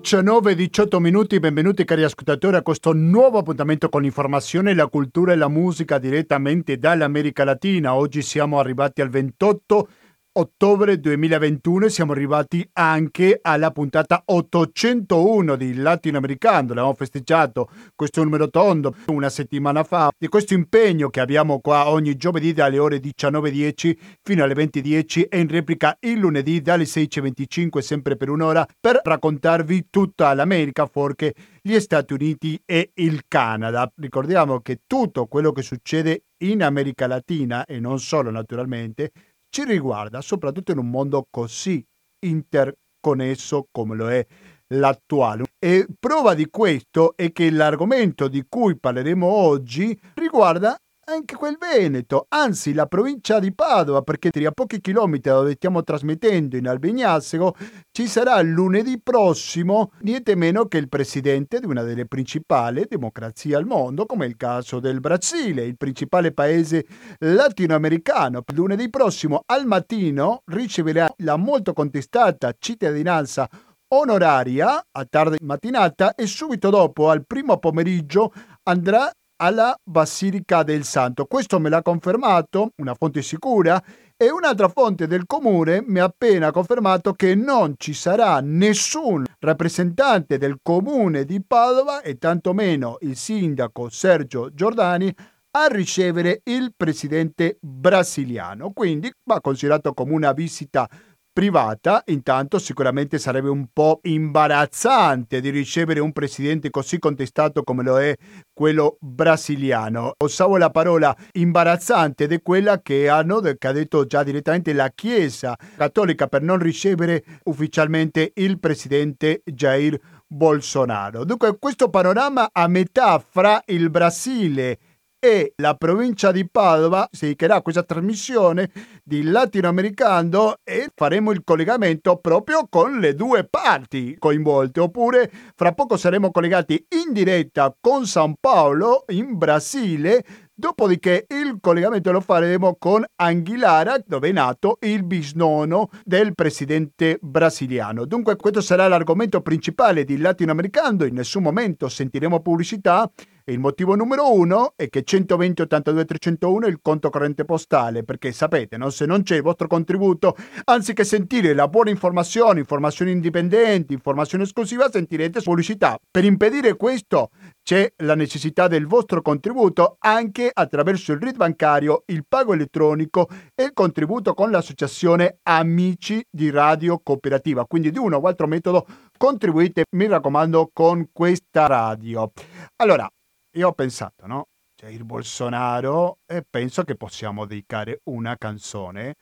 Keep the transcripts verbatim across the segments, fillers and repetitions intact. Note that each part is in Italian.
diciannove e diciotto minuti, benvenuti cari ascoltatori a questo nuovo appuntamento con l'informazione, la cultura e la musica direttamente dall'America Latina. Oggi siamo arrivati al ventotto ottobre duemilaventuno e siamo arrivati anche alla puntata ottocentouno di Latinoamericano. L'abbiamo festeggiato questo numero tondo una settimana fa, di questo impegno che abbiamo qua ogni giovedì dalle ore diciannove e dieci fino alle venti e dieci e in replica il lunedì dalle sedici e venticinque sempre per un'ora per raccontarvi tutta l'America fuorché gli Stati Uniti e il Canada. Ricordiamo che tutto quello che succede in America Latina e non solo naturalmente ci riguarda, soprattutto in un mondo così interconnesso come lo è l'attuale. E prova di questo è che l'argomento di cui parleremo oggi riguarda anche quel Veneto, anzi la provincia di Padova, perché a pochi chilometri dove stiamo trasmettendo in Albignasego ci sarà lunedì prossimo niente meno che il presidente di una delle principali democrazie al mondo, come il caso del Brasile, il principale paese latinoamericano. Lunedì prossimo al mattino riceverà la molto contestata cittadinanza onoraria a tarda mattinata e subito dopo, al primo pomeriggio, andrà alla Basilica del Santo. Questo me l'ha confermato una fonte sicura e un'altra fonte del comune mi ha appena confermato che non ci sarà nessun rappresentante del comune di Padova e tantomeno il sindaco Sergio Giordani a ricevere il presidente brasiliano. Quindi va considerato come una visita privata. Intanto sicuramente sarebbe un po' imbarazzante di ricevere un presidente così contestato come lo è quello brasiliano. Usavo la parola imbarazzante ed è quella che hanno che ha detto già direttamente la Chiesa Cattolica per non ricevere ufficialmente il presidente Jair Bolsonaro. Dunque questo panorama a metà fra il Brasile e la provincia di Padova si dedicherà a questa trasmissione di Latinoamericano e faremo il collegamento proprio con le due parti coinvolte, oppure fra poco saremo collegati in diretta con San Paolo in Brasile. Dopodiché il collegamento lo faremo con Anguillara, dove è nato il bisnonno del presidente brasiliano. Dunque questo sarà l'argomento principale di Latinoamericano. In nessun momento sentiremo pubblicità. E il motivo numero uno è che centoventi ottantadue trecentouno è il conto corrente postale, perché sapete, no? Se non c'è il vostro contributo, anziché sentire la buona informazione, informazioni indipendenti, informazione esclusiva, sentirete pubblicità. Per impedire questo c'è la necessità del vostro contributo anche attraverso il R I D bancario, il pago elettronico e il contributo con l'associazione Amici di Radio Cooperativa. Quindi di uno o altro metodo contribuite, mi raccomando, con questa radio. Allora, io ho pensato, no? Jair Bolsonaro e penso che possiamo dedicare una canzone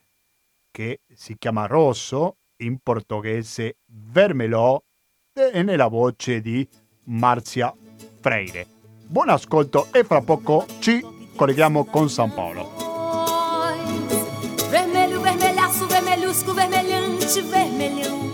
che si chiama Rosso, in portoghese Vermelho, e nella voce di Marzia Freire. Buon ascolto e fra poco ci colleghiamo con San Paolo. Vermelho, vermelhaço, vermelhusco, vermelhante, vermelhão.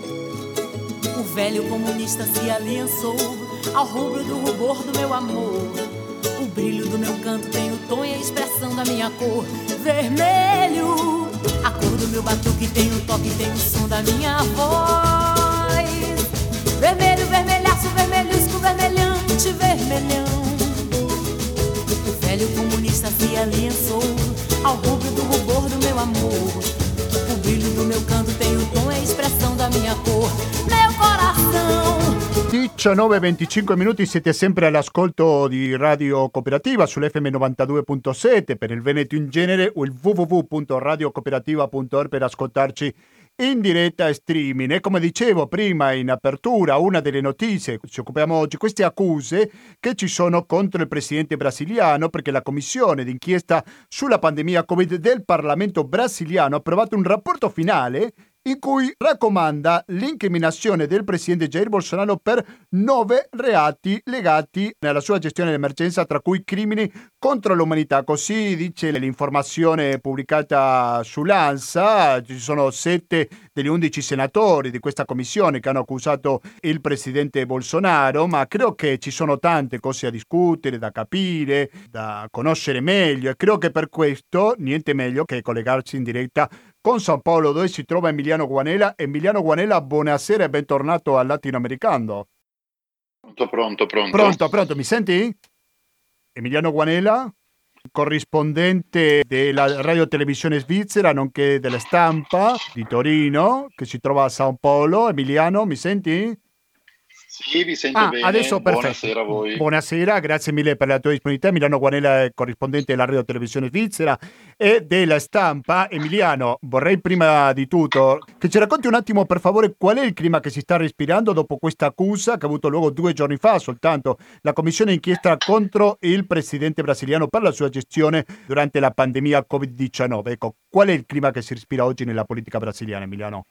O velho comunista se aliançou ao rubro do rubor do meu amor. O brilho do meu canto tem o tom e a expressão da minha cor. Vermelho, a cor do meu batuque tem o toque, tem o som da minha voz. Vermelho, vermelhaço, vermelhusco, vermelhante, vermelhão. O velho comunista se aliançou ao rubro do rubor do meu amor. O brilho do meu canto tem o tom e a expressão da minha cor. Meu coração. diciannove e venticinque minuti, siete sempre all'ascolto di Radio Cooperativa sull'F M novantadue virgola sette per il Veneto in genere o il w w w punto radio cooperativa punto org per ascoltarci in diretta e streaming. E come dicevo prima in apertura, una delle notizie ci occupiamo oggi, queste accuse che ci sono contro il presidente brasiliano, perché la commissione d'inchiesta sulla pandemia Covid del Parlamento brasiliano ha approvato un rapporto finale in cui raccomanda l'incriminazione del presidente Jair Bolsonaro per nove reati legati alla sua gestione dell'emergenza, tra cui crimini contro l'umanità. Così dice l'informazione pubblicata sull'ANSA. Ci sono sette degli undici senatori di questa commissione che hanno accusato il presidente Bolsonaro, ma credo che ci sono tante cose da discutere, da capire, da conoscere meglio, e credo che per questo niente meglio che collegarci in diretta con San Paolo, dove si trova Emiliano Guanella. Emiliano Guanella, buonasera e bentornato al Latinoamericano. Pronto, pronto, pronto. Pronto, pronto, mi senti? Emiliano Guanella, corrispondente della radio televisione svizzera, nonché della stampa di Torino, che si trova a San Paolo. Emiliano, mi senti? Sì, vi sento Ah, bene. adesso perfetto. Buonasera a voi. Buonasera, grazie mille per la tua disponibilità. Emiliano Guanella è corrispondente della radio televisione svizzera e della stampa. Emiliano, vorrei prima di tutto che ci racconti un attimo, per favore, qual è il clima che si sta respirando dopo questa accusa che ha avuto luogo due giorni fa soltanto, la commissione inchiesta contro il presidente brasiliano per la sua gestione durante la pandemia covid diciannove. Ecco, qual è il clima che si respira oggi nella politica brasiliana, Emiliano?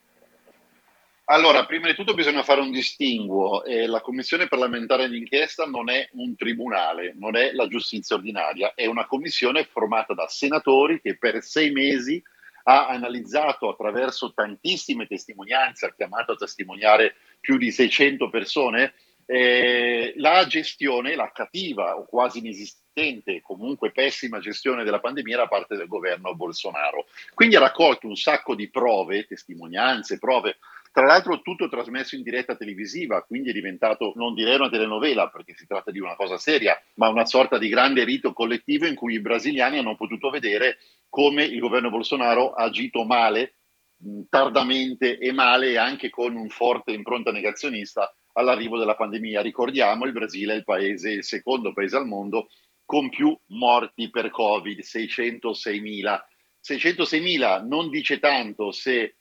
Allora, prima di tutto bisogna fare un distinguo. Eh, la commissione parlamentare d'inchiesta non è un tribunale, non è la giustizia ordinaria, è una commissione formata da senatori che per sei mesi ha analizzato attraverso tantissime testimonianze, ha chiamato a testimoniare più di seicento persone, eh, la gestione, la cattiva o quasi inesistente, comunque pessima gestione della pandemia da parte del governo Bolsonaro. Quindi ha raccolto un sacco di prove, testimonianze, prove. Tra l'altro tutto trasmesso in diretta televisiva, quindi è diventato, non direi una telenovela perché si tratta di una cosa seria, ma una sorta di grande rito collettivo in cui i brasiliani hanno potuto vedere come il governo Bolsonaro ha agito male, tardamente e male, e anche con un forte impronta negazionista all'arrivo della pandemia. Ricordiamo, il Brasile è il paese, il secondo paese al mondo con più morti per Covid, seicentoseimila. seicentoseimila non dice tanto se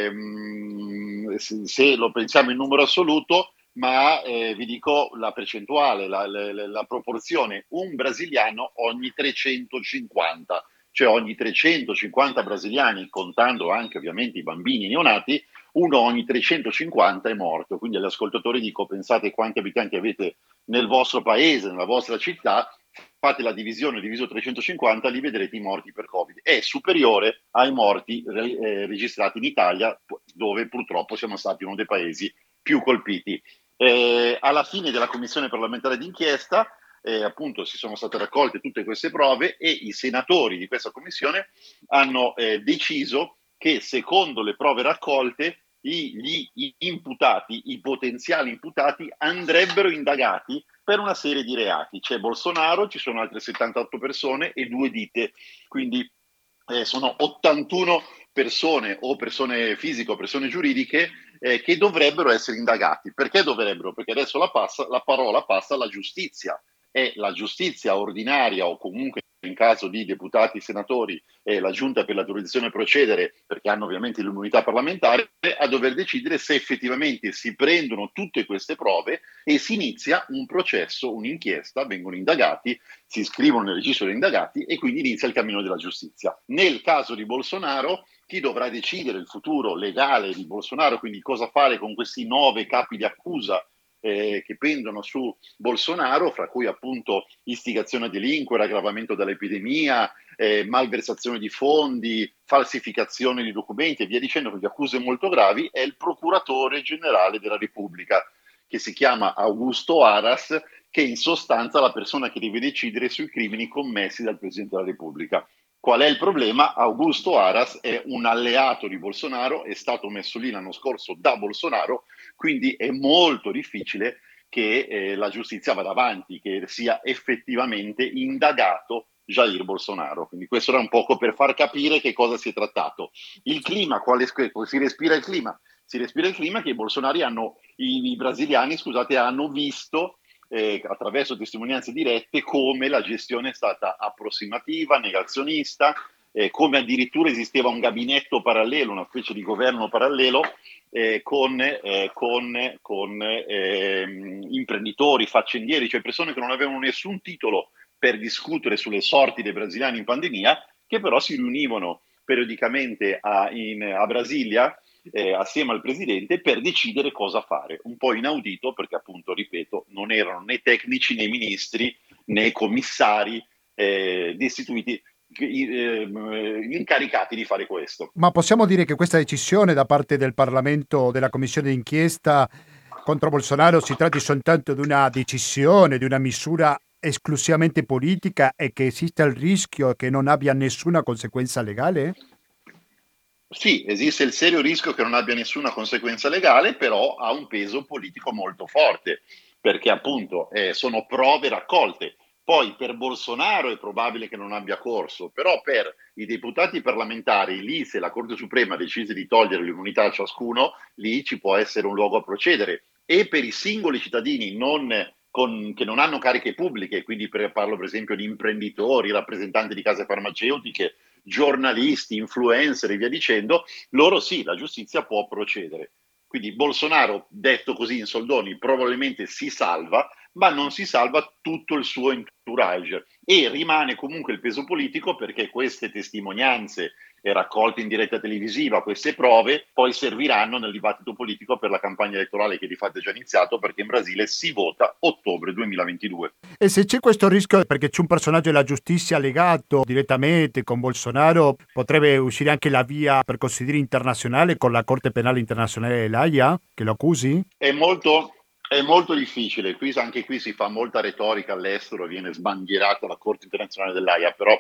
Ehm, se lo pensiamo in numero assoluto, ma eh, vi dico la percentuale, la, la, la proporzione: un brasiliano ogni trecentocinquanta, cioè ogni trecentocinquanta brasiliani, contando anche ovviamente i bambini neonati, uno ogni trecentocinquanta è morto. Quindi agli ascoltatori dico: pensate quanti abitanti avete nel vostro paese, nella vostra città, fate la divisione, diviso trecentocinquanta, li vedrete i morti per Covid. È superiore ai morti eh, registrati in Italia, dove purtroppo siamo stati uno dei paesi più colpiti. Eh, alla fine della commissione parlamentare d'inchiesta, eh, appunto, si sono state raccolte tutte queste prove e i senatori di questa commissione hanno eh, deciso che, secondo le prove raccolte, i, gli imputati, i potenziali imputati, andrebbero indagati per una serie di reati. C'è Bolsonaro, ci sono altre settantotto persone e due ditte, quindi eh, sono ottantuno persone, o persone fisiche o persone giuridiche, eh, che dovrebbero essere indagati. Perché dovrebbero? Perché adesso la, passa, la parola passa alla giustizia. È la giustizia ordinaria, o comunque in caso di deputati e senatori eh, la giunta per l'autorizzazione a procedere, perché hanno ovviamente l'immunità parlamentare, a dover decidere se effettivamente si prendono tutte queste prove e si inizia un processo, un'inchiesta, vengono indagati, si iscrivono nel registro degli indagati e quindi inizia il cammino della giustizia. Nel caso di Bolsonaro, chi dovrà decidere il futuro legale di Bolsonaro, quindi cosa fare con questi nove capi di accusa Eh, che pendono su Bolsonaro, fra cui appunto istigazione a delinquere, aggravamento dell'epidemia, eh, malversazione di fondi, falsificazione di documenti e via dicendo, quindi accuse molto gravi, è il procuratore generale della Repubblica, che si chiama Augusto Aras, che in sostanza è la persona che deve decidere sui crimini commessi dal Presidente della Repubblica. Qual è il problema? Augusto Aras è un alleato di Bolsonaro, è stato messo lì l'anno scorso da Bolsonaro, quindi è molto difficile che eh, la giustizia vada avanti, che sia effettivamente indagato Jair Bolsonaro. Quindi questo era un poco per far capire che cosa si è trattato. Il clima, quale si respira il clima? Si respira il clima che i bolsonari hanno, i, i brasiliani, scusate, hanno visto Eh, attraverso testimonianze dirette come la gestione è stata approssimativa, negazionista, eh, come addirittura esisteva un gabinetto parallelo, una specie di governo parallelo eh, con, eh, con, con eh, imprenditori, faccendieri, cioè persone che non avevano nessun titolo per discutere sulle sorti dei brasiliani in pandemia, che però si riunivano periodicamente a, in, a Brasilia Eh, assieme al presidente per decidere cosa fare. Un po' inaudito perché, appunto, ripeto, non erano né tecnici né ministri né commissari eh, destituiti, eh, incaricati di fare questo. Ma possiamo dire che questa decisione da parte del Parlamento, della commissione d'inchiesta contro Bolsonaro, si tratti soltanto di una decisione, di una misura esclusivamente politica e che esista il rischio che non abbia nessuna conseguenza legale? Sì, esiste il serio rischio che non abbia nessuna conseguenza legale, però ha un peso politico molto forte, perché appunto eh, sono prove raccolte. Poi per Bolsonaro è probabile che non abbia corso, però per i deputati parlamentari, lì se la Corte Suprema decide di togliere l'immunità a ciascuno, lì ci può essere un luogo a procedere. E per i singoli cittadini non con, che non hanno cariche pubbliche, quindi per, parlo per esempio di imprenditori, rappresentanti di case farmaceutiche, giornalisti, influencer e via dicendo, loro sì, la giustizia può procedere. Quindi Bolsonaro, detto così in soldoni, probabilmente si salva, ma non si salva tutto il suo entourage e rimane comunque il peso politico perché queste testimonianze e raccolte in diretta televisiva, queste prove poi serviranno nel dibattito politico per la campagna elettorale che di fatto è già iniziato perché in Brasile si vota ottobre duemilaventidue. E se c'è questo rischio, perché c'è un personaggio della giustizia legato direttamente con Bolsonaro, potrebbe uscire anche la via, per così dire, internazionale con la Corte Penale Internazionale dell'Aia, che lo accusi? È molto, è molto difficile, qui, anche qui si fa molta retorica all'estero, viene sbandierata la Corte internazionale dell'Aia, però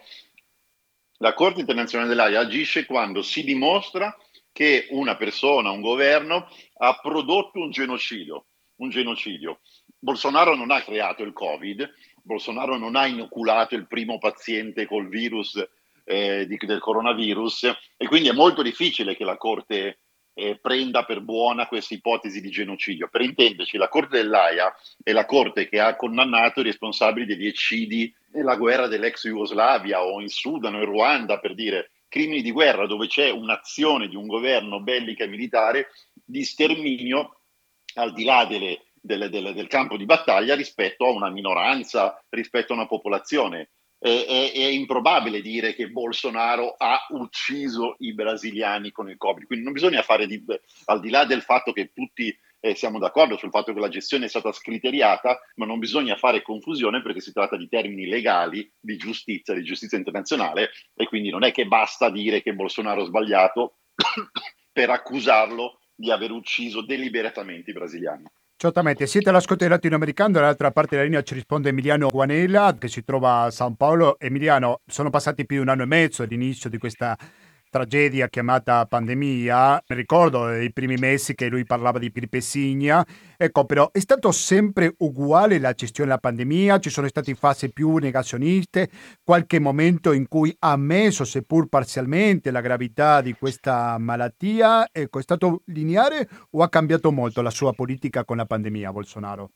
la Corte internazionale dell'Aia agisce quando si dimostra che una persona, un governo, ha prodotto un genocidio. Un genocidio. Bolsonaro non ha creato il Covid, Bolsonaro non ha inoculato il primo paziente col virus eh, di, del coronavirus e quindi è molto difficile che la Corte eh, prenda per buona questa ipotesi di genocidio. Per intenderci, la Corte dell'Aia è la Corte che ha condannato i responsabili degli eccidi nella guerra dell'ex Jugoslavia o in Sudan o in Ruanda, per dire crimini di guerra dove c'è un'azione di un governo bellica e militare di sterminio al di là delle, delle, delle, del campo di battaglia rispetto a una minoranza, rispetto a una popolazione. È, è, è improbabile dire che Bolsonaro ha ucciso i brasiliani con il Covid, quindi non bisogna fare, di, al di là del fatto che tutti eh, siamo d'accordo sul fatto che la gestione è stata scriteriata, ma non bisogna fare confusione perché si tratta di termini legali, di giustizia, di giustizia internazionale e quindi non è che basta dire che Bolsonaro ha sbagliato per accusarlo di aver ucciso deliberatamente i brasiliani. Certamente, siete all'ascolto di latinoamericano, dall'altra parte della linea ci risponde Emiliano Guanella che si trova a San Paolo. Emiliano, sono passati più di un anno e mezzo dall'inizio di questa tragedia chiamata pandemia. Mi ricordo i primi mesi che lui parlava di grippesigna. Ecco, però è stato sempre uguale la gestione della pandemia? Ci sono state fasi più negazioniste, qualche momento in cui ha ammesso, seppur parzialmente, la gravità di questa malattia? Ecco, è stato lineare o ha cambiato molto la sua politica con la pandemia, Bolsonaro?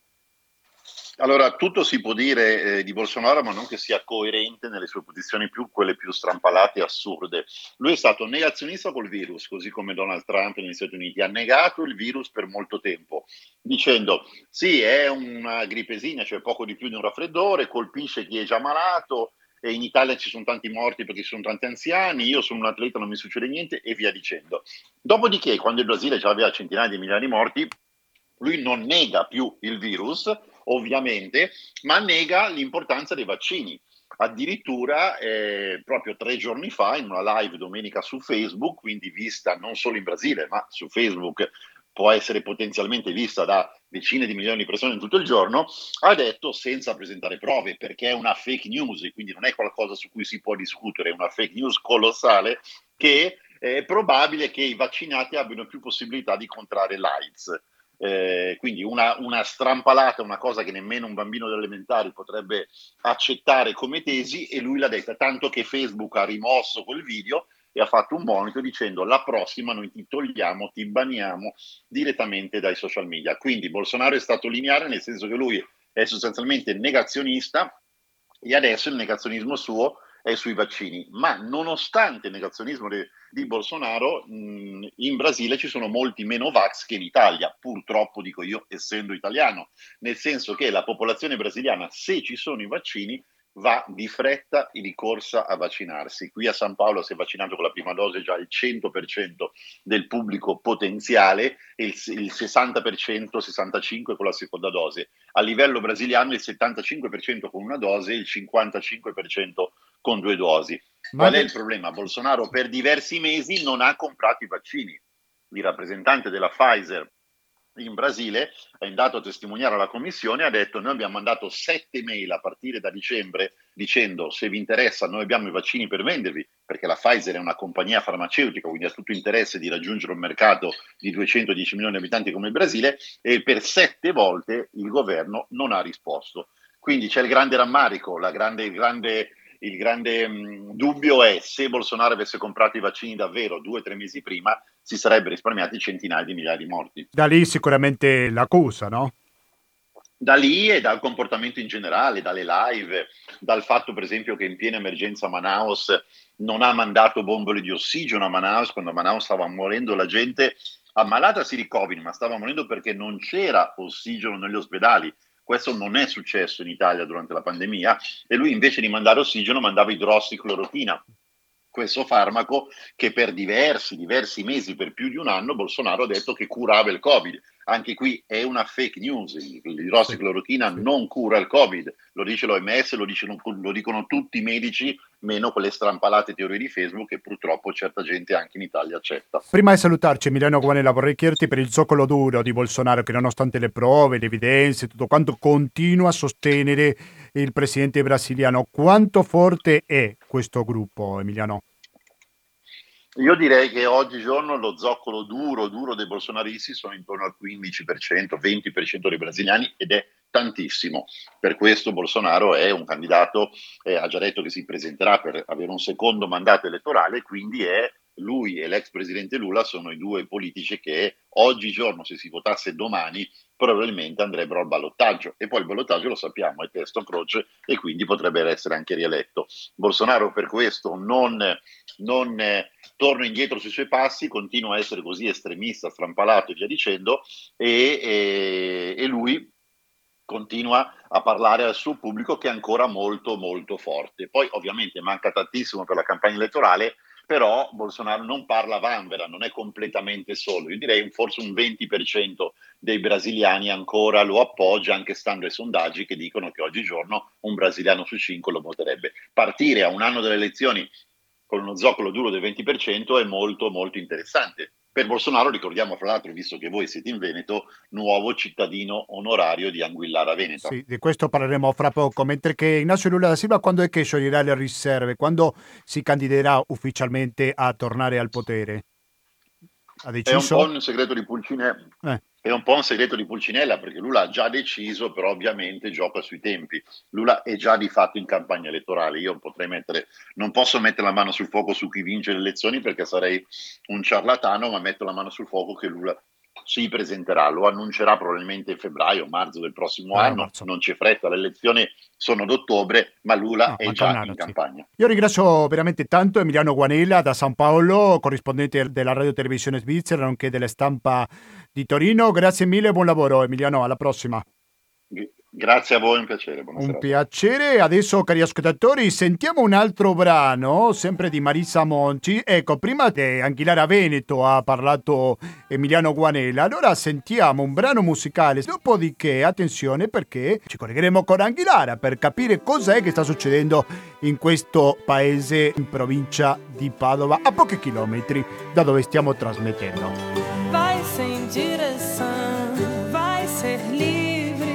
Allora, tutto si può dire eh, di Bolsonaro, ma non che sia coerente nelle sue posizioni più, quelle più strampalate e assurde. Lui è stato negazionista col virus, così come Donald Trump negli Stati Uniti. Ha negato il virus per molto tempo, dicendo sì, è una grippesina, cioè poco di più di un raffreddore, colpisce chi è già malato, e in Italia ci sono tanti morti perché ci sono tanti anziani, io sono un atleta, non mi succede niente, e via dicendo. Dopodiché, quando il Brasile già aveva centinaia di migliaia di morti, lui non nega più il virus, ovviamente, ma nega l'importanza dei vaccini. Addirittura eh, proprio tre giorni fa in una live domenica su Facebook, quindi vista non solo in Brasile ma su Facebook, può essere potenzialmente vista da decine di milioni di persone in tutto il giorno, ha detto senza presentare prove perché è una fake news, quindi non è qualcosa su cui si può discutere, è una fake news colossale che è probabile che i vaccinati abbiano più possibilità di contrarre l'AIDS. Eh, quindi una, una strampalata, una cosa che nemmeno un bambino delle elementari potrebbe accettare come tesi, e lui l'ha detta, tanto che Facebook ha rimosso quel video e ha fatto un monito dicendo la prossima noi ti togliamo, ti baniamo direttamente dai social media. Quindi Bolsonaro è stato lineare, nel senso che lui è sostanzialmente negazionista e adesso il negazionismo suo è sui vaccini, ma nonostante il negazionismo de, di Bolsonaro, mh, in Brasile ci sono molti meno vax che in Italia, purtroppo dico io, essendo italiano, nel senso che la popolazione brasiliana, se ci sono i vaccini, va di fretta e di corsa a vaccinarsi. Qui a San Paolo si è vaccinato con la prima dose già il cento per cento del pubblico potenziale e il, il sessanta per cento, sessantacinque per cento con la seconda dose. A livello brasiliano il settantacinque per cento con una dose e il cinquantacinque per cento con due dosi. Ma Qual è de- il problema? Bolsonaro per diversi mesi non ha comprato i vaccini. Il rappresentante della Pfizer in Brasile, è andato a testimoniare alla commissione e ha detto: noi abbiamo mandato sette mail a partire da dicembre dicendo se vi interessa noi abbiamo i vaccini per vendervi, perché la Pfizer è una compagnia farmaceutica, quindi ha tutto interesse di raggiungere un mercato di duecentodieci milioni di abitanti come il Brasile, e per sette volte il governo non ha risposto. Quindi c'è il grande rammarico, la grande, il grande, il grande mh, dubbio è: se Bolsonaro avesse comprato i vaccini davvero due o tre mesi prima, si sarebbe risparmiati centinaia di migliaia di morti. Da lì sicuramente l'accusa, no? Da lì e dal comportamento in generale, dalle live, dal fatto per esempio che in piena emergenza Manaus non ha mandato bombole di ossigeno a Manaus, quando a Manaus stava morendo la gente ammalatasi di Covid, ma stava morendo perché non c'era ossigeno negli ospedali. Questo non è successo in Italia durante la pandemia, e lui invece di mandare ossigeno mandava idrossiclorochina, questo farmaco che per diversi, diversi mesi, per più di un anno, Bolsonaro ha detto che curava il Covid. Anche qui è una fake news, l'idrossiclorochina sì, sì. non cura il Covid, lo dice l'O M S, lo, dicono, lo dicono tutti i medici, meno quelle strampalate teorie di Facebook che purtroppo certa gente anche in Italia accetta. Prima di salutarci, Emiliano Guanella, vorrei chiederti per il zoccolo duro di Bolsonaro, che nonostante le prove, le evidenze, tutto quanto, continua a sostenere il presidente brasiliano. Quanto forte è questo gruppo, Emiliano? Io direi che oggigiorno lo zoccolo duro, duro dei bolsonaristi sono intorno al quindici per cento, venti per cento dei brasiliani, ed è tantissimo. Per questo Bolsonaro è un candidato, eh, ha già detto che si presenterà per avere un secondo mandato elettorale, quindi è lui e l'ex presidente Lula sono i due politici che oggigiorno, se si votasse domani, probabilmente andrebbero al ballottaggio, e poi il ballottaggio lo sappiamo, è testo croce, e quindi potrebbe essere anche rieletto. Bolsonaro per questo non, non eh, torna indietro sui suoi passi, continua a essere così estremista, strampalato e via dicendo, e, e, e lui continua a parlare al suo pubblico, che è ancora molto molto forte. Poi ovviamente manca tantissimo per la campagna elettorale, però Bolsonaro non parla a vanvera, non è completamente solo. Io direi forse un venti per cento dei brasiliani ancora lo appoggia, anche stando ai sondaggi che dicono che oggigiorno un brasiliano su cinque lo voterebbe. Partire a un anno delle elezioni con uno zoccolo duro del venti per cento è molto molto interessante. Per Bolsonaro, ricordiamo fra l'altro, visto che voi siete in Veneto, nuovo cittadino onorario di Anguillara Veneta. Sì, di questo parleremo fra poco, mentre che Ignacio Lula da Silva quando è che scioglierà le riserve? Quando si candiderà ufficialmente a tornare al potere? Ha deciso? È un po' un segreto di Pulcinella. Eh. È un po' un segreto di Pulcinella, perché Lula ha già deciso, però ovviamente gioca sui tempi. Lula è già di fatto in campagna elettorale. Io potrei mettere, non posso mettere la mano sul fuoco su chi vince le elezioni perché sarei un ciarlatano, ma metto la mano sul fuoco che Lula si presenterà, lo annuncerà probabilmente in febbraio, marzo del prossimo ah, anno, marzo. Non c'è fretta, le elezioni sono d'ottobre, ma Lula no, è già in campagna. Io ringrazio veramente tanto Emiliano Guanella da San Paolo, corrispondente della Radio Televisione Svizzera, nonché della Stampa di Torino. Grazie mille e buon lavoro Emiliano, alla prossima. Grazie a voi, un piacere. Buonasera. Un piacere. Adesso, cari ascoltatori, sentiamo un altro brano, sempre di Marisa Monti. Ecco, prima di Anguillara Veneto ha parlato Emiliano Guanella, allora sentiamo un brano musicale. Dopodiché, attenzione, perché ci collegheremo con Anguillara per capire cos'è che sta succedendo in questo paese, in provincia di Padova, a pochi chilometri da dove stiamo trasmettendo. Vai sem direção, vai ser livre.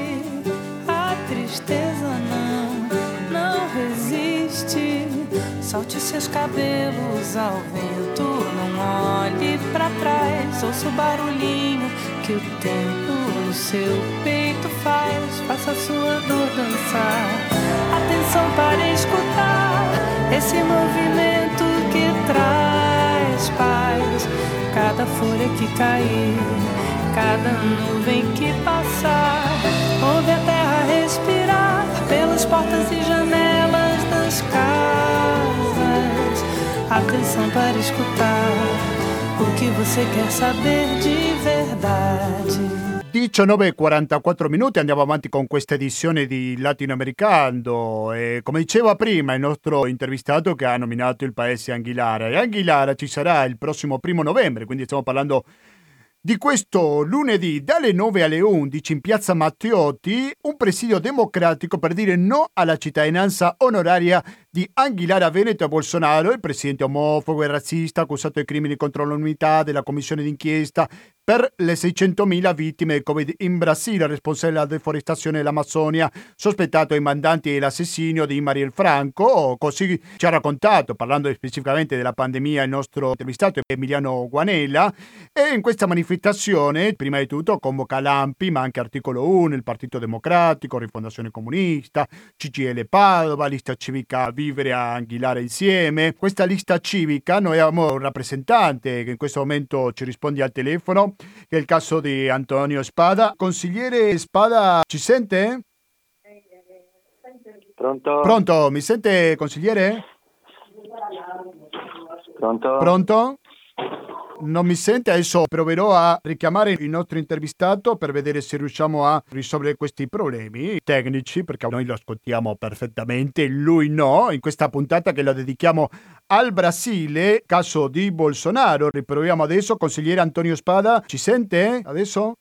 Tristeza não, não resiste. Solte seus cabelos ao vento, não olhe pra trás. Ouça o barulhinho que o tempo no seu peito faz. Faça sua dor dançar. Atenção para escutar esse movimento que traz paz. Cada folha que cair, cada nuvem que passar, ouve a terra respirar pelas portas e janelas das casas. Atenção para escutar o que você quer saber de verdade. diciannove e quarantaquattro minuti, andiamo avanti con questa edizione di Latinoamericano e come diceva prima il nostro intervistato che ha nominato il paese Anguillara, e Anguillara ci sarà il prossimo primo novembre, quindi stiamo parlando di questo lunedì dalle nove alle undici in piazza Matteotti, un presidio democratico per dire no alla cittadinanza onoraria di Anguillara Veneto a Bolsonaro, il presidente omofobo e razzista accusato di crimini contro l'umanità della commissione d'inchiesta per le seicentomila vittime del Covid in Brasile, responsabile della deforestazione dell'Amazzonia, sospettato ai mandanti dell'assassinio di Mariel Franco. Così ci ha raccontato, parlando specificamente della pandemia, il nostro intervistato Emiliano Guanella. E in questa manifestazione, prima di tutto, convoca l'A M P I, ma anche Articolo uno, il Partito Democratico, Rifondazione Comunista, C G I L Padova, Lista Civica Vivere a Anguillara Insieme. Questa lista civica, noi abbiamo un rappresentante che in questo momento ci risponde al telefono, che è il caso di Antonio Spada. Consigliere Spada, ci sente? Pronto? Pronto, mi sente, consigliere? Pronto? Pronto? Non mi sente, adesso proverò a richiamare il nostro intervistato per vedere se riusciamo a risolvere questi problemi tecnici, perché noi lo ascoltiamo perfettamente, lui no, in questa puntata che la dedichiamo al Brasile, caso di Bolsonaro. Riproviamo adesso, consigliere Antonio Spada, ci sente adesso?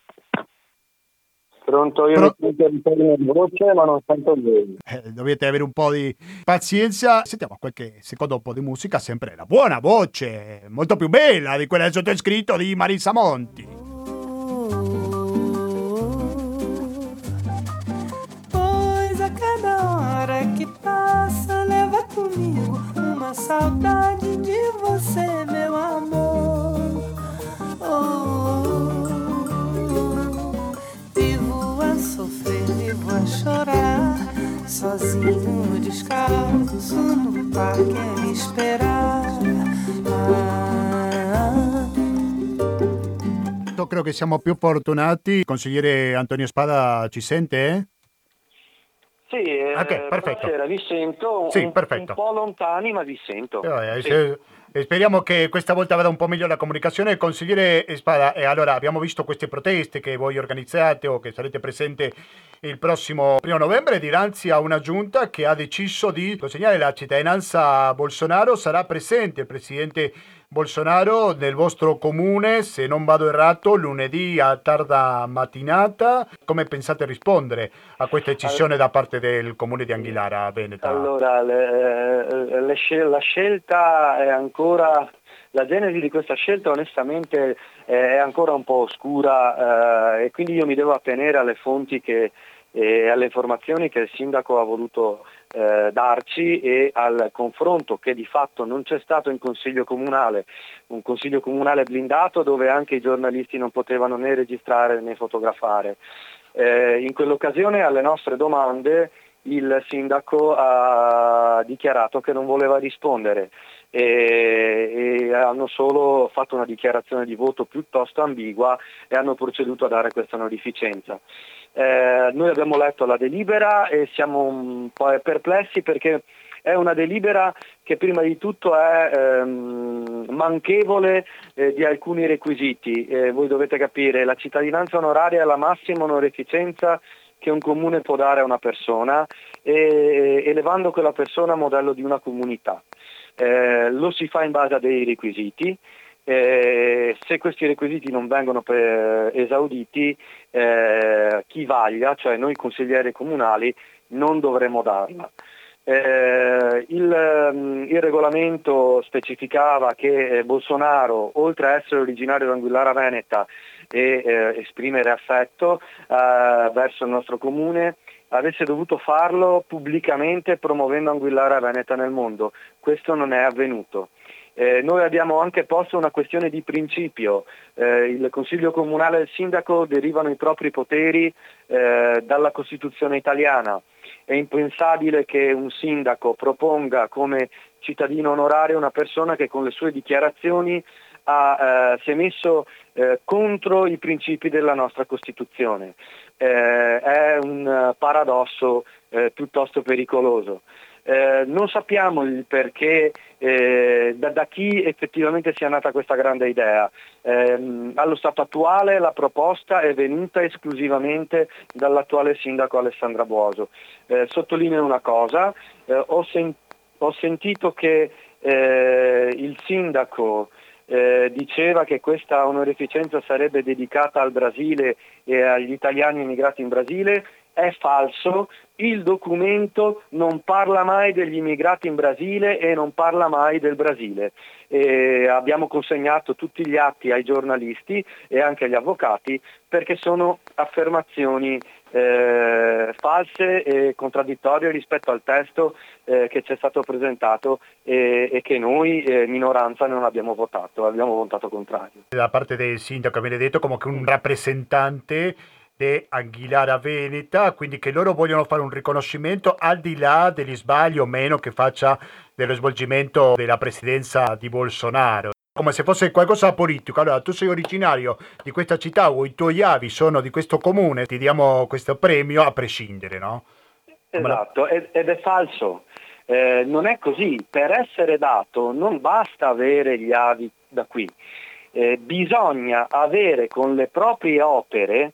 Pronto, io Pro- mi sento ritorno in voce ma non sento bene. Eh, dovete avere un po' di pazienza. Sentiamo qualche secondo un po' di musica, sempre la buona voce, molto più bella di quella del sottoscritto di Marisa Monti. Pois a cada hora que passa leva comigo uma saudade de você, meu amor. Oh, vivo a sofrer, vivo a chorar, sozinho, descalço, no parque a me esperar. Ah, Credo che siamo più fortunati. Consigliere Antonio Spada, ci sente? Sì, eh, Ok, perfetto. buonasera, vi sento Sì, un, perfetto. un po' lontani ma vi sento. Eh, Sì. se- eh, speriamo che questa volta vada un po' meglio la comunicazione. Consigliere Spada, eh, allora abbiamo visto queste proteste che voi organizzate o che sarete presente il prossimo primo novembre dinanzi a una giunta che ha deciso di consegnare la cittadinanza a Bolsonaro. Sarà presente il presidente Bolsonaro nel vostro comune, se non vado errato, lunedì a tarda mattinata. Come pensate rispondere a questa decisione da parte del comune di Anguillara Veneta? Allora, le, le scel- la scelta è ancora, la genesi di questa scelta onestamente è ancora un po' oscura eh, e quindi io mi devo attenere alle fonti che, e alle informazioni che il sindaco ha voluto eh, darci e al confronto che di fatto non c'è stato in consiglio comunale, un consiglio comunale blindato dove anche i giornalisti non potevano né registrare né fotografare. Eh, in quell'occasione alle nostre domande il sindaco ha dichiarato che non voleva rispondere e, e hanno solo fatto una dichiarazione di voto piuttosto ambigua e hanno proceduto a dare questa onorificenza. Eh, noi abbiamo letto la delibera e siamo un po' perplessi perché è una delibera che prima di tutto è ehm, manchevole eh, di alcuni requisiti. Eh, voi dovete capire, la cittadinanza onoraria è la massima onorificenza che un comune può dare a una persona, e, elevando quella persona a modello di una comunità. Eh, lo si fa in base a dei requisiti. Eh, se questi requisiti non vengono per, esauditi, eh, chi vaglia, cioè noi consiglieri comunali, non dovremo darla. Eh, il, il regolamento specificava che eh, Bolsonaro, oltre a essere originario di Anguillara Veneta e eh, esprimere affetto eh, verso il nostro comune, avesse dovuto farlo pubblicamente promuovendo Anguillara Veneta nel mondo. Questo non è avvenuto. Eh, noi abbiamo anche posto una questione di principio. Eh, il Consiglio Comunale e il Sindaco derivano i propri poteri eh, dalla Costituzione italiana. È impensabile che un sindaco proponga come cittadino onorario una persona che con le sue dichiarazioni ha, eh, si è messo eh, contro i principi della nostra Costituzione. Eh, è un paradosso eh, piuttosto pericoloso. Eh, non sappiamo il perché, eh, da, da chi effettivamente sia nata questa grande idea. Eh, allo stato attuale la proposta è venuta esclusivamente dall'attuale sindaco Alessandra Buoso. Eh, sottolineo una cosa, eh, ho, sen- ho sentito che eh, il sindaco eh, diceva che questa onorificenza sarebbe dedicata al Brasile e agli italiani emigrati in Brasile. è falso, il documento non parla mai degli immigrati in Brasile e non parla mai del Brasile. E abbiamo consegnato tutti gli atti ai giornalisti e anche agli avvocati perché sono affermazioni eh, false e contraddittorie rispetto al testo eh, che ci è stato presentato e, e che noi, eh, minoranza, non abbiamo votato, abbiamo votato contrario. Da parte del sindaco viene detto come che un rappresentante di Anguillara Veneta, quindi che loro vogliono fare un riconoscimento al di là degli sbagli o meno che faccia dello svolgimento della presidenza di Bolsonaro, come se fosse qualcosa politico. Allora, tu sei originario di questa città o i tuoi avi sono di questo comune, ti diamo questo premio a prescindere, no? Come Esatto, la... ed è falso. Eh, non è così. Per essere dato non basta avere gli avi da qui, eh, bisogna avere con le proprie opere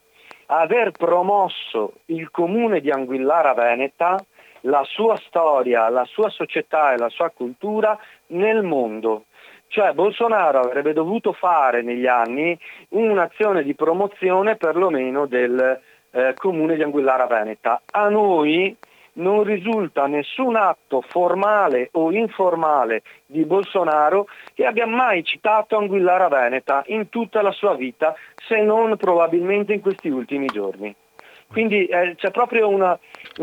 aver promosso il comune di Anguillara Veneta, la sua storia, la sua società e la sua cultura nel mondo. Cioè Bolsonaro avrebbe dovuto fare negli anni un'azione di promozione perlomeno del eh, comune di Anguillara Veneta. A noi non risulta nessun atto formale o informale di Bolsonaro che abbia mai citato Anguillara Veneta in tutta la sua vita, se non probabilmente in questi ultimi giorni. Quindi eh, c'è proprio una,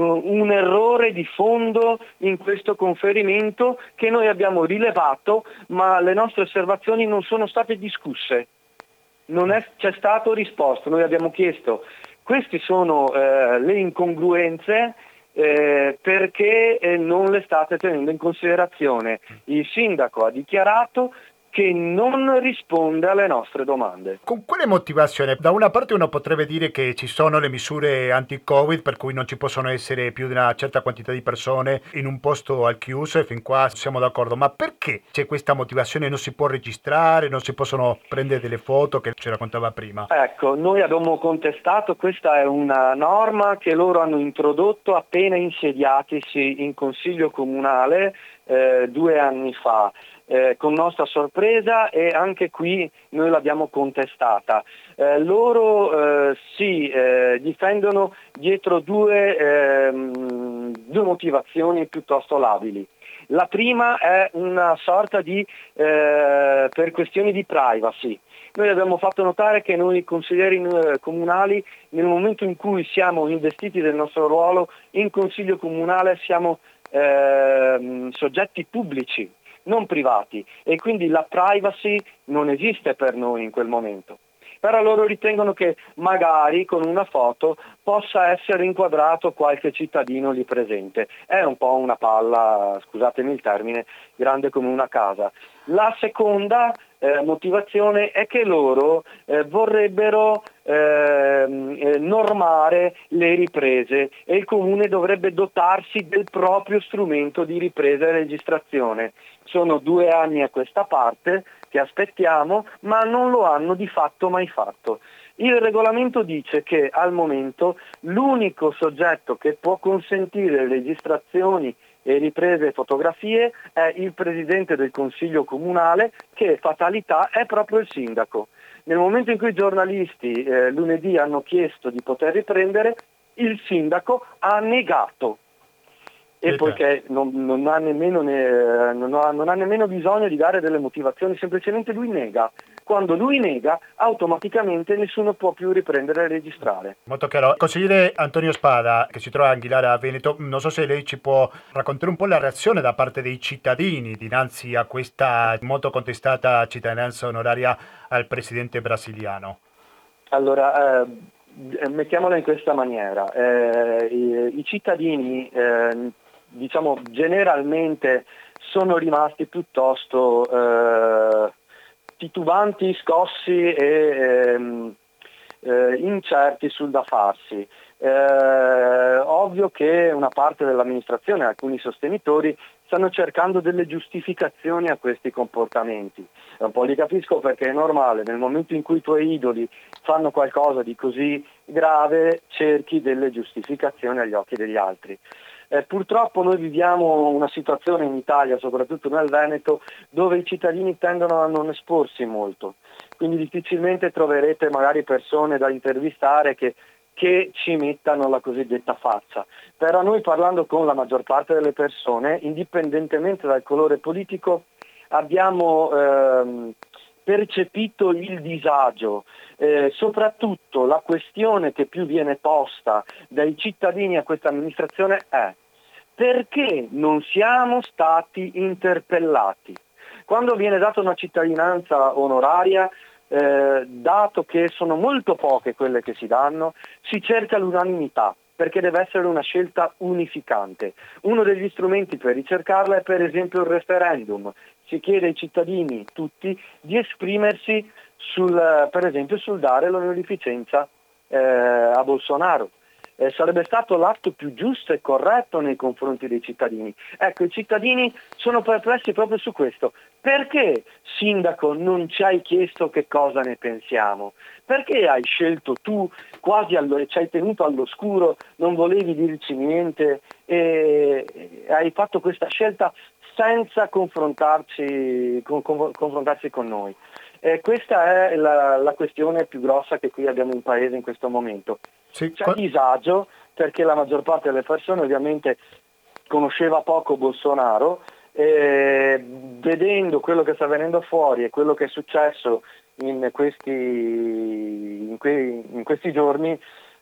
un errore di fondo in questo conferimento che noi abbiamo rilevato, ma le nostre osservazioni non sono state discusse, non è, c'è stato risposto. Noi abbiamo chiesto, queste sono eh, le incongruenze, Eh, perché eh, non le state tenendo in considerazione. Il sindaco ha dichiarato che non risponde alle nostre domande. Con quale motivazione? Da una parte uno potrebbe dire che ci sono le misure anti-Covid per cui non ci possono essere più di una certa quantità di persone in un posto al chiuso e fin qua siamo d'accordo, ma perché c'è questa motivazione? Non si può registrare, non si possono prendere delle foto che ci raccontava prima? Ecco, noi abbiamo contestato, questa è una norma che loro hanno introdotto appena insediatisi in consiglio comunale eh, due anni fa. Eh, con nostra sorpresa, e anche qui noi l'abbiamo contestata. Eh, loro eh, si eh, difendono dietro due, ehm, due motivazioni piuttosto labili. La prima è una sorta di, eh, per questioni di privacy. Noi abbiamo fatto notare che noi consiglieri comunali, nel momento in cui siamo investiti del nostro ruolo in consiglio comunale, siamo eh, soggetti pubblici, non privati, e quindi la privacy non esiste per noi in quel momento. Però loro ritengono che magari con una foto possa essere inquadrato qualche cittadino lì presente. È un po' una palla, scusatemi il termine, grande come una casa. La seconda eh, motivazione è che loro eh, vorrebbero eh, normare le riprese e il comune dovrebbe dotarsi del proprio strumento di ripresa e registrazione. Sono due anni a questa parte che aspettiamo, ma non lo hanno di fatto mai fatto. Il regolamento dice che al momento l'unico soggetto che può consentire registrazioni e riprese e fotografie è il presidente del consiglio comunale, che fatalità è proprio il sindaco. Nel momento in cui i giornalisti eh, lunedì hanno chiesto di poter riprendere, il sindaco ha negato. E poiché non, non, ha nemmeno, ne, non, ha, non ha nemmeno bisogno di dare delle motivazioni, semplicemente lui nega. Quando lui nega, automaticamente nessuno può più riprendere e registrare. Molto chiaro. Consigliere Antonio Spada, che si trova a Anguillara Veneto, non so se lei ci può raccontare un po' la reazione da parte dei cittadini dinanzi a questa molto contestata cittadinanza onoraria al presidente brasiliano. Allora, eh, mettiamola in questa maniera. Eh, i, i cittadini, eh, diciamo, generalmente sono rimasti piuttosto eh, titubanti, scossi e ehm, eh, incerti sul da farsi. Eh, ovvio che una parte dell'amministrazione, alcuni sostenitori, stanno cercando delle giustificazioni a questi comportamenti. Un po' li capisco, perché è normale, nel momento in cui i tuoi idoli fanno qualcosa di così grave, cerchi delle giustificazioni agli occhi degli altri. Eh, purtroppo noi viviamo una situazione in Italia, soprattutto nel Veneto, dove i cittadini tendono a non esporsi molto, quindi difficilmente troverete magari persone da intervistare che che ci mettano la cosiddetta faccia. Però noi, parlando con la maggior parte delle persone, indipendentemente dal colore politico, abbiamo ehm, percepito il disagio, eh, soprattutto la questione che più viene posta dai cittadini a questa amministrazione è: perché non siamo stati interpellati? Quando viene data una cittadinanza onoraria, eh, dato che sono molto poche quelle che si danno, si cerca l'unanimità, perché deve essere una scelta unificante. Uno degli strumenti per ricercarla è per esempio il referendum. Si chiede ai cittadini tutti di esprimersi sul, per esempio sul dare l'onorificenza eh, a Bolsonaro. Eh, sarebbe stato l'atto più giusto e corretto nei confronti dei cittadini. Ecco, i cittadini sono perplessi proprio su questo. Perché, sindaco, non ci hai chiesto che cosa ne pensiamo? Perché hai scelto tu, quasi allo, ci hai tenuto all'oscuro, non volevi dirci niente e, e hai fatto questa scelta senza confrontarci con, con, confrontarsi con noi? Eh, questa è la, la questione più grossa che qui abbiamo in paese in questo momento. Sì, C'è qua... disagio perché la maggior parte delle persone ovviamente conosceva poco Bolsonaro, e vedendo quello che sta venendo fuori e quello che è successo in questi, in que, in questi giorni,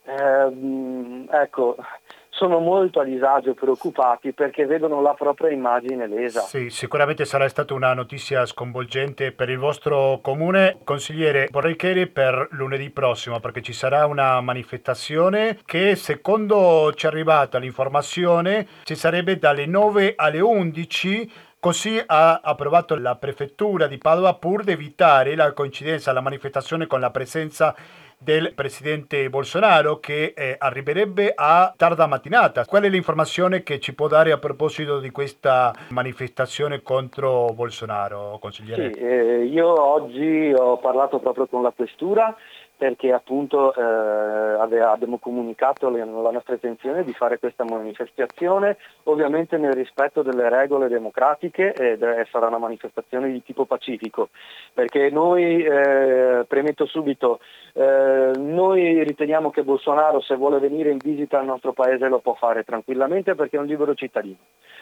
eh, ecco, sono molto a disagio, preoccupati perché vedono la propria immagine lesa. Sì, sicuramente sarà stata una notizia sconvolgente per il vostro comune. Consigliere, vorrei chiedere per lunedì prossimo, perché ci sarà una manifestazione che, secondo ci è arrivata l'informazione, ci sarebbe dalle nove alle undici. Così ha approvato la prefettura di Padova, pur di evitare la coincidenza alla manifestazione con la presenza del presidente Bolsonaro, che eh, arriverebbe a tarda mattinata. Qual è l'informazione che ci può dare a proposito di questa manifestazione contro Bolsonaro, consigliere? Sì, eh, io oggi ho parlato proprio con la questura, perché appunto eh, abbiamo comunicato le, la nostra intenzione di fare questa manifestazione, ovviamente nel rispetto delle regole democratiche, ed è, sarà una manifestazione di tipo pacifico, perché noi, eh, premetto subito, eh, noi riteniamo che Bolsonaro, se vuole venire in visita al nostro paese, lo può fare tranquillamente perché è un libero cittadino.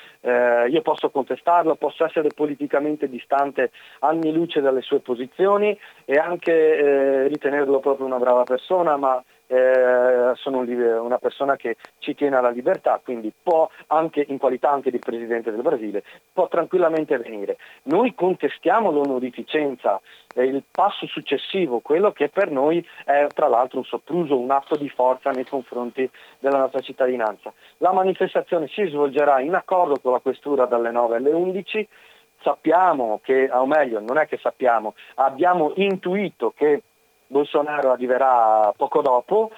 Eh, io posso contestarlo, posso essere politicamente distante anni luce dalle sue posizioni e anche eh, ritenerlo proprio una brava persona, ma eh, sono un, una persona che ci tiene alla libertà, quindi può, anche in qualità anche di presidente del Brasile, può tranquillamente venire. Noi contestiamo l'onorificenza, eh, il passo successivo, quello che per noi è tra l'altro un sopruso, un atto di forza nei confronti della nostra cittadinanza. La manifestazione si svolgerà in accordo con la questura dalle nove alle undici. Sappiamo che, o meglio, non è che sappiamo, abbiamo intuito che Bolsonaro arriverà poco dopo.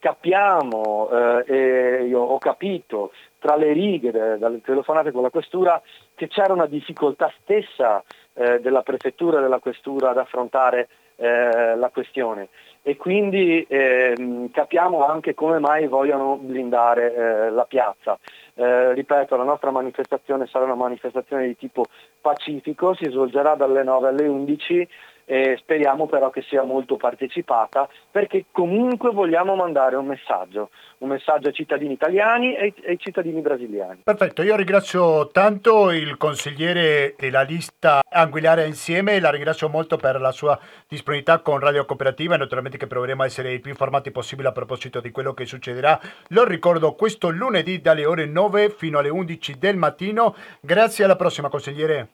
Capiamo, eh, e io ho capito tra le righe de, dalle telefonate con la questura che c'era una difficoltà stessa eh, della prefettura e della questura ad affrontare eh, la questione, e quindi eh, capiamo anche come mai vogliono blindare eh, la piazza. Eh, ripeto, la nostra manifestazione sarà una manifestazione di tipo pacifico, si svolgerà dalle nove alle undici. E speriamo però che sia molto partecipata, perché comunque vogliamo mandare un messaggio, un messaggio ai cittadini italiani e ai cittadini brasiliani. Perfetto, io ringrazio tanto il consigliere della lista Anguillara Insieme, la ringrazio molto per la sua disponibilità con Radio Cooperativa e naturalmente che proveremo a essere i più informati possibile a proposito di quello che succederà. Lo ricordo, questo lunedì dalle ore nove fino alle undici del mattino. Grazie, alla prossima consigliere.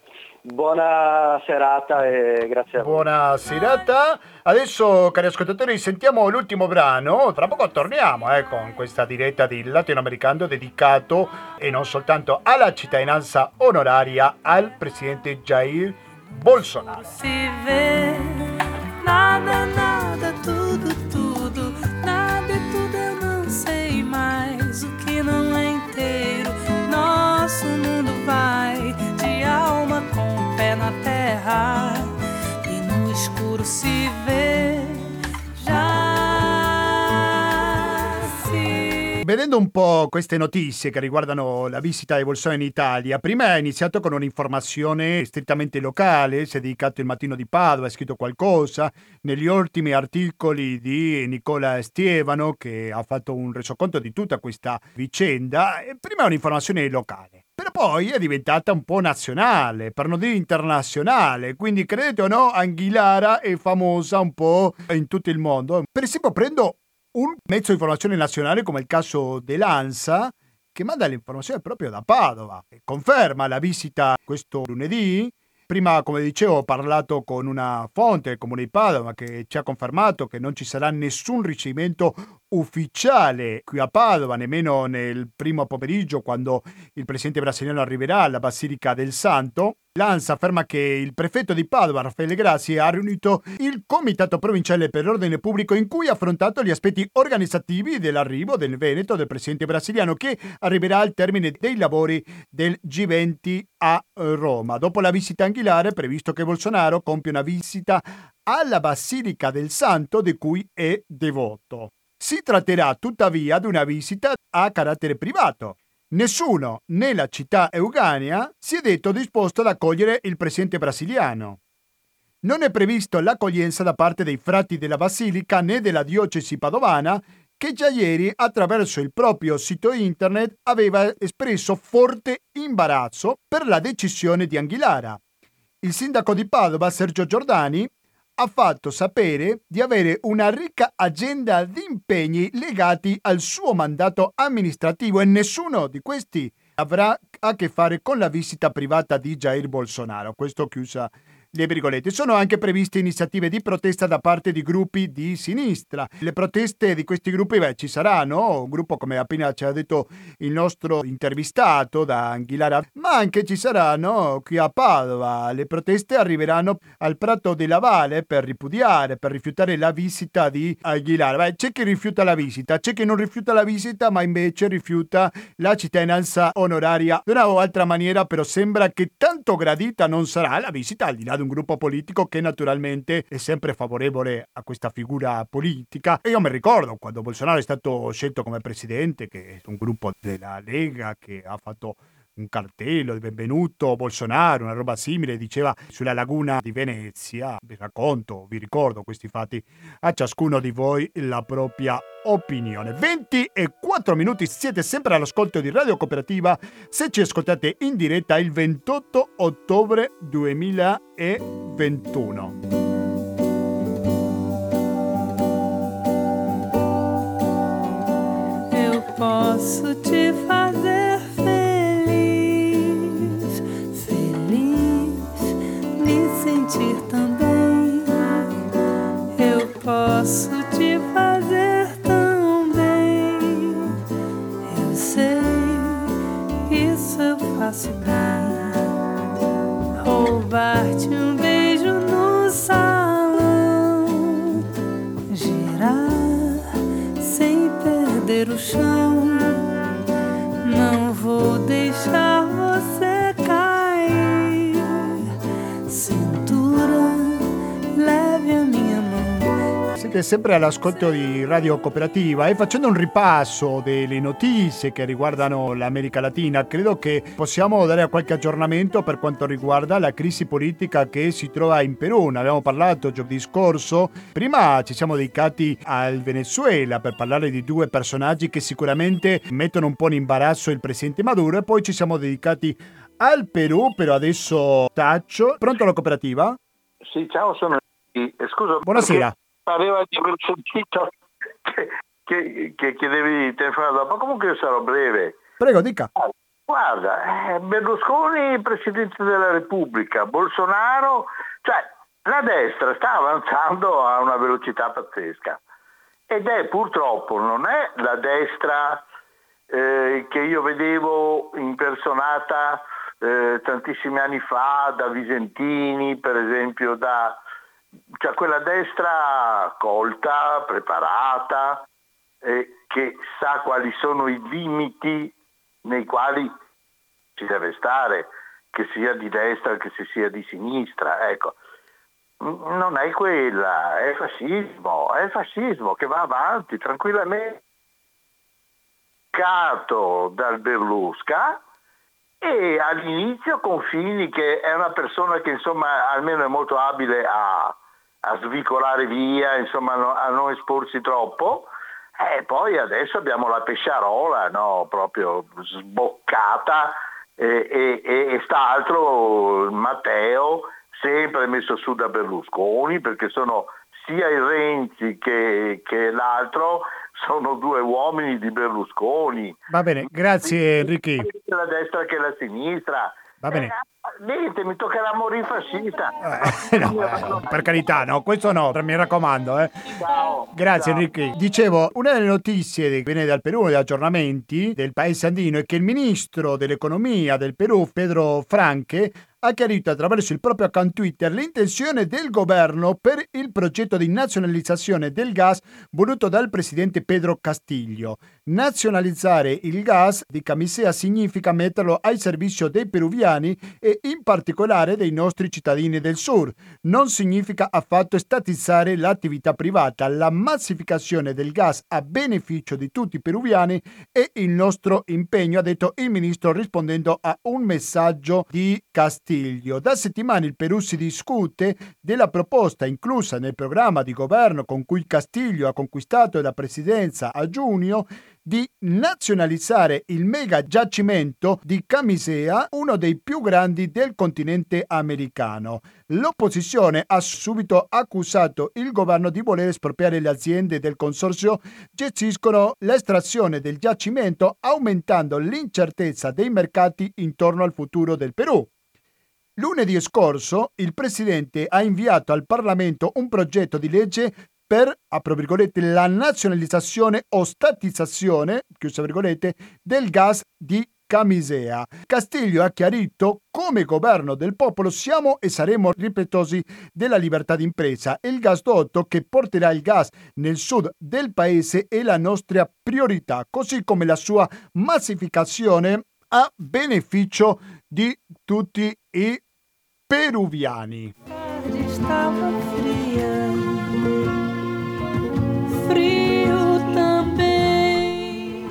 Buona serata e grazie a voi. Buona serata. Adesso, cari ascoltatori, sentiamo l'ultimo brano. Tra poco torniamo eh, con questa diretta di Latinoamericano dedicato e non soltanto alla cittadinanza onoraria al presidente Jair Bolsonaro. Si vê nada, nada, tudo, tudo, nada e tudo eu não sei mais o que não é inteiro. Nosso mundo vai de alma com pé na terra e no escuro se vê, já se vedendo un po' queste notizie che riguardano la visita di Bolsonaro in Italia, prima è iniziato con un'informazione strettamente locale, si è dedicato il Mattino di Padova, ha scritto qualcosa, negli ultimi articoli di Nicola Stievano che ha fatto un resoconto di tutta questa vicenda, e prima è un'informazione locale. Però poi è diventata un po' nazionale, per non dire internazionale, quindi credete o no, Anguillara è famosa un po' in tutto il mondo. Per esempio prendo un mezzo di informazione nazionale come il caso dell'ANSA, che manda l'informazione proprio da Padova, e conferma la visita questo lunedì. Prima, come dicevo, ho parlato con una fonte del comune di Padova che ci ha confermato che non ci sarà nessun ricevimento ufficiale qui a Padova, nemmeno nel primo pomeriggio quando il presidente brasiliano arriverà alla Basilica del Santo. L'ANSA afferma che il prefetto di Padova, Raffaele Grassi, ha riunito il Comitato Provinciale per l'Ordine Pubblico in cui ha affrontato gli aspetti organizzativi dell'arrivo del Veneto del presidente brasiliano che arriverà al termine dei lavori del G venti a Roma. Dopo la visita anguilare è previsto che Bolsonaro compia una visita alla Basilica del Santo di cui è devoto. Si tratterà tuttavia di una visita a carattere privato. Nessuno nella città euganea si è detto disposto ad accogliere il presidente brasiliano. Non è previsto l'accoglienza da parte dei frati della Basilica né della diocesi padovana, che già ieri attraverso il proprio sito internet aveva espresso forte imbarazzo per la decisione di Anguillara. Il sindaco di Padova, Sergio Giordani, ha fatto sapere di avere una ricca agenda di impegni legati al suo mandato amministrativo e nessuno di questi avrà a che fare con la visita privata di Jair Bolsonaro. Questo chiusa le virgolette. Sono anche previste iniziative di protesta da parte di gruppi di sinistra. Le proteste di questi gruppi, beh, ci saranno, un gruppo come appena ci ha detto il nostro intervistato da Anguillara, ma anche ci saranno qui a Padova. Le proteste arriveranno al Prato della Valle per ripudiare, per rifiutare la visita di Anguillara. Beh, c'è chi rifiuta la visita, c'è chi non rifiuta la visita, ma invece rifiuta la cittadinanza onoraria. Di una o altra maniera, però, sembra che tanto gradita non sarà la visita, al di là di un gruppo politico che naturalmente è sempre favorevole a questa figura politica. E io mi ricordo quando Bolsonaro è stato scelto come presidente, che è un gruppo della Lega che ha fatto un cartello di benvenuto Bolsonaro, una roba simile, diceva sulla laguna di Venezia. Vi racconto, vi ricordo questi fatti, a ciascuno di voi la propria opinione. venti e quattro minuti, siete sempre all'ascolto di Radio Cooperativa. Se ci ascoltate in diretta il ventotto ottobre duemilaventuno. Eu posso te fazer feliz, feliz, me sentir também. Eu posso te fazer tão bem. Eu sei, isso eu faço bem. Roubar-te um beijo no salão, girar sem perder o chão. Não vou deixar você cair. Cintura, leve a minha mão. Siete sempre all'ascolto di Radio Cooperativa e facendo un ripasso delle notizie che riguardano l'America Latina, credo che possiamo dare qualche aggiornamento per quanto riguarda la crisi politica che si trova in Perù. Ne abbiamo parlato giovedì scorso. Prima ci siamo dedicati al Venezuela per parlare di due personaggi che sicuramente mettono un po' in imbarazzo il presidente Maduro, e poi ci siamo dedicati al Perù, però adesso taccio. Pronto alla cooperativa? Sì, ciao, sono... Eh, scusa. Buonasera. Pareva di aver sentito che, che, che chiedevi di telefonare dopo, comunque io sarò breve. Prego, dica. Guarda, eh, Berlusconi Presidente della Repubblica, Bolsonaro, cioè la destra sta avanzando a una velocità pazzesca ed è purtroppo, non è la destra eh, che io vedevo impersonata eh, tantissimi anni fa da Visentini, per esempio, da cioè quella destra colta, preparata, eh, che sa quali sono i limiti nei quali ci deve stare, che sia di destra che sia di sinistra. Ecco, non è quella, è fascismo, è fascismo che va avanti tranquillamente. sboccato dal Berlusca, e all'inizio con Fini, che è una persona che insomma almeno è molto abile a, a svicolare via, insomma a, no, a non esporsi troppo, e poi adesso abbiamo la Pesciarola, no, proprio sboccata, e, e, e sta altro Matteo, sempre messo su da Berlusconi, perché sono sia il Renzi che, che l'altro sono due uomini di Berlusconi. Va bene, grazie Enrico. Sia la destra che la sinistra. Va bene. Eh, niente, mi toccherà morire fascista. Eh, no, eh, per carità, no, questo no, mi raccomando. Eh. Ciao. Grazie Ciao. Enrico. Dicevo, una delle notizie che viene dal Perù, degli aggiornamenti del paese andino, è che il ministro dell'economia del Perù, Pedro Franque, ha chiarito attraverso il proprio account Twitter l'intenzione del governo per il progetto di nazionalizzazione del gas voluto dal presidente Pedro Castillo. Nazionalizzare il gas di Camisea significa metterlo al servizio dei peruviani e in particolare dei nostri cittadini del sud. Non significa affatto statizzare l'attività privata. La massificazione del gas a beneficio di tutti i peruviani è il nostro impegno, ha detto il ministro rispondendo a un messaggio di Castillo. Da settimane il Perù si discute della proposta inclusa nel programma di governo con cui Castillo ha conquistato la presidenza a giugno di nazionalizzare il mega giacimento di Camisea, uno dei più grandi del continente americano. L'opposizione ha subito accusato il governo di voler espropriare le aziende del consorzio gestiscono l'estrazione del giacimento, aumentando l'incertezza dei mercati intorno al futuro del Perù. Lunedì scorso il Presidente ha inviato al Parlamento un progetto di legge per, apro virgolette, la nazionalizzazione o statizzazione, chiuso virgolette, del gas di Camisea. Castillo ha chiarito: come governo del popolo siamo e saremo rispettosi della libertà d'impresa. Il gasdotto che porterà il gas nel sud del paese è la nostra priorità, così come la sua massificazione a beneficio di tutti i peruviani. Estava fria, frio também.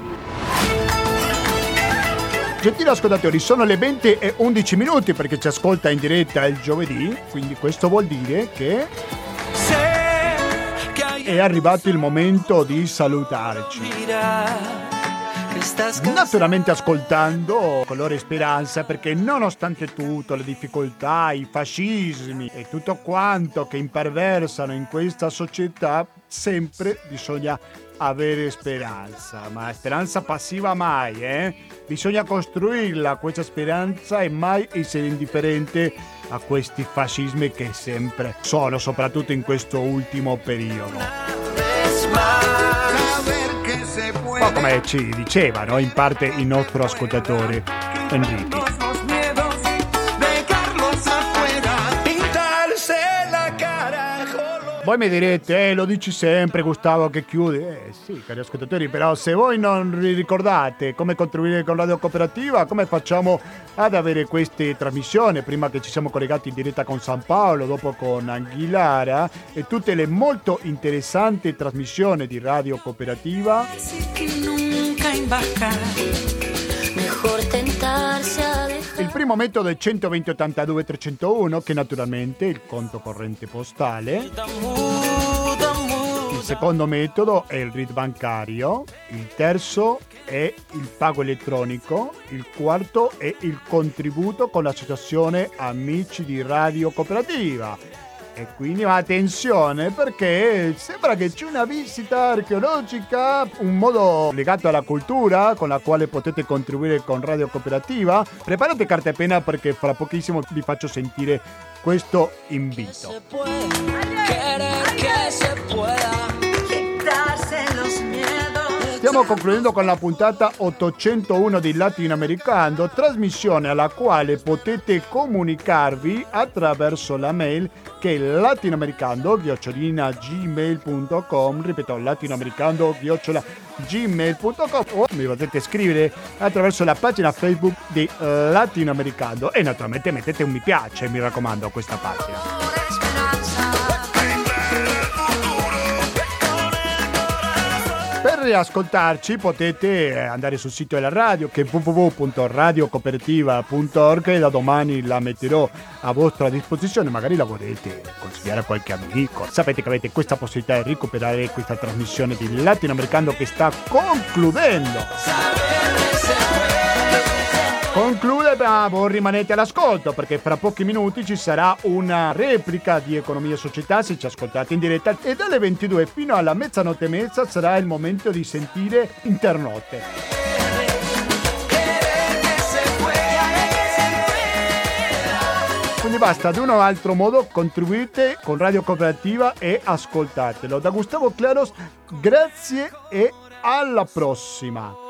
Gentili ascoltatori, sono le venti e undici minuti perché ci ascolta in diretta il giovedì, quindi questo vuol dire che è arrivato il momento di salutarci. Naturalmente ascoltando Colore Speranza, perché nonostante tutto, le difficoltà, i fascismi e tutto quanto che imperversano in questa società, sempre bisogna avere speranza, ma speranza passiva mai, eh? Bisogna costruirla questa speranza e mai essere indifferente a questi fascismi che sempre sono, soprattutto in questo ultimo periodo. Un po' come ci dicevano in parte il nostro ascoltatore Enrico. Voi mi direte, eh, lo dici sempre Gustavo che chiudi. Eh sì, cari ascoltatori, però se voi non vi ricordate come contribuire con Radio Cooperativa, come facciamo ad avere queste trasmissioni, prima che ci siamo collegati in diretta con San Paolo, dopo con Anguillara, e tutte le molto interessanti trasmissioni di Radio Cooperativa. Il primo metodo è centoventi ottantadue trecentouno, che naturalmente è il conto corrente postale. Il secondo metodo è il R I D bancario. Il terzo è il pago elettronico. Il quarto è il contributo con l'associazione Amici di Radio Cooperativa. E quindi attenzione, perché sembra che c'è una visita archeologica, un modo legato alla cultura con la quale potete contribuire con Radio Cooperativa. Preparate carta e penna perché fra pochissimo vi faccio sentire questo invito. Stiamo concludendo con la puntata ottocentouno di Latinoamericano, trasmissione alla quale potete comunicarvi attraverso la mail che è latinoamericano chiocciola gmail punto com, ripeto latinoamericano chiocciola gmail punto com, o mi potete scrivere attraverso la pagina Facebook di Latinoamericano e naturalmente mettete un mi piace, mi raccomando, a questa pagina. Per riascoltarci potete andare sul sito della radio che è w w w punto radio cooperativa punto org e da domani la metterò a vostra disposizione, magari la volete consigliare a qualche amico. Sapete che avete questa possibilità di recuperare questa trasmissione di Latinoamericano che sta concludendo. Conclude, ma voi rimanete all'ascolto perché fra pochi minuti ci sarà una replica di Economia e Società se ci ascoltate in diretta e dalle ventidue fino alla mezzanotte e mezza sarà il momento di sentire Internotte. Quindi basta, ad uno o altro modo contribuite con Radio Cooperativa e ascoltatelo. Da Gustavo Claros, grazie e alla prossima.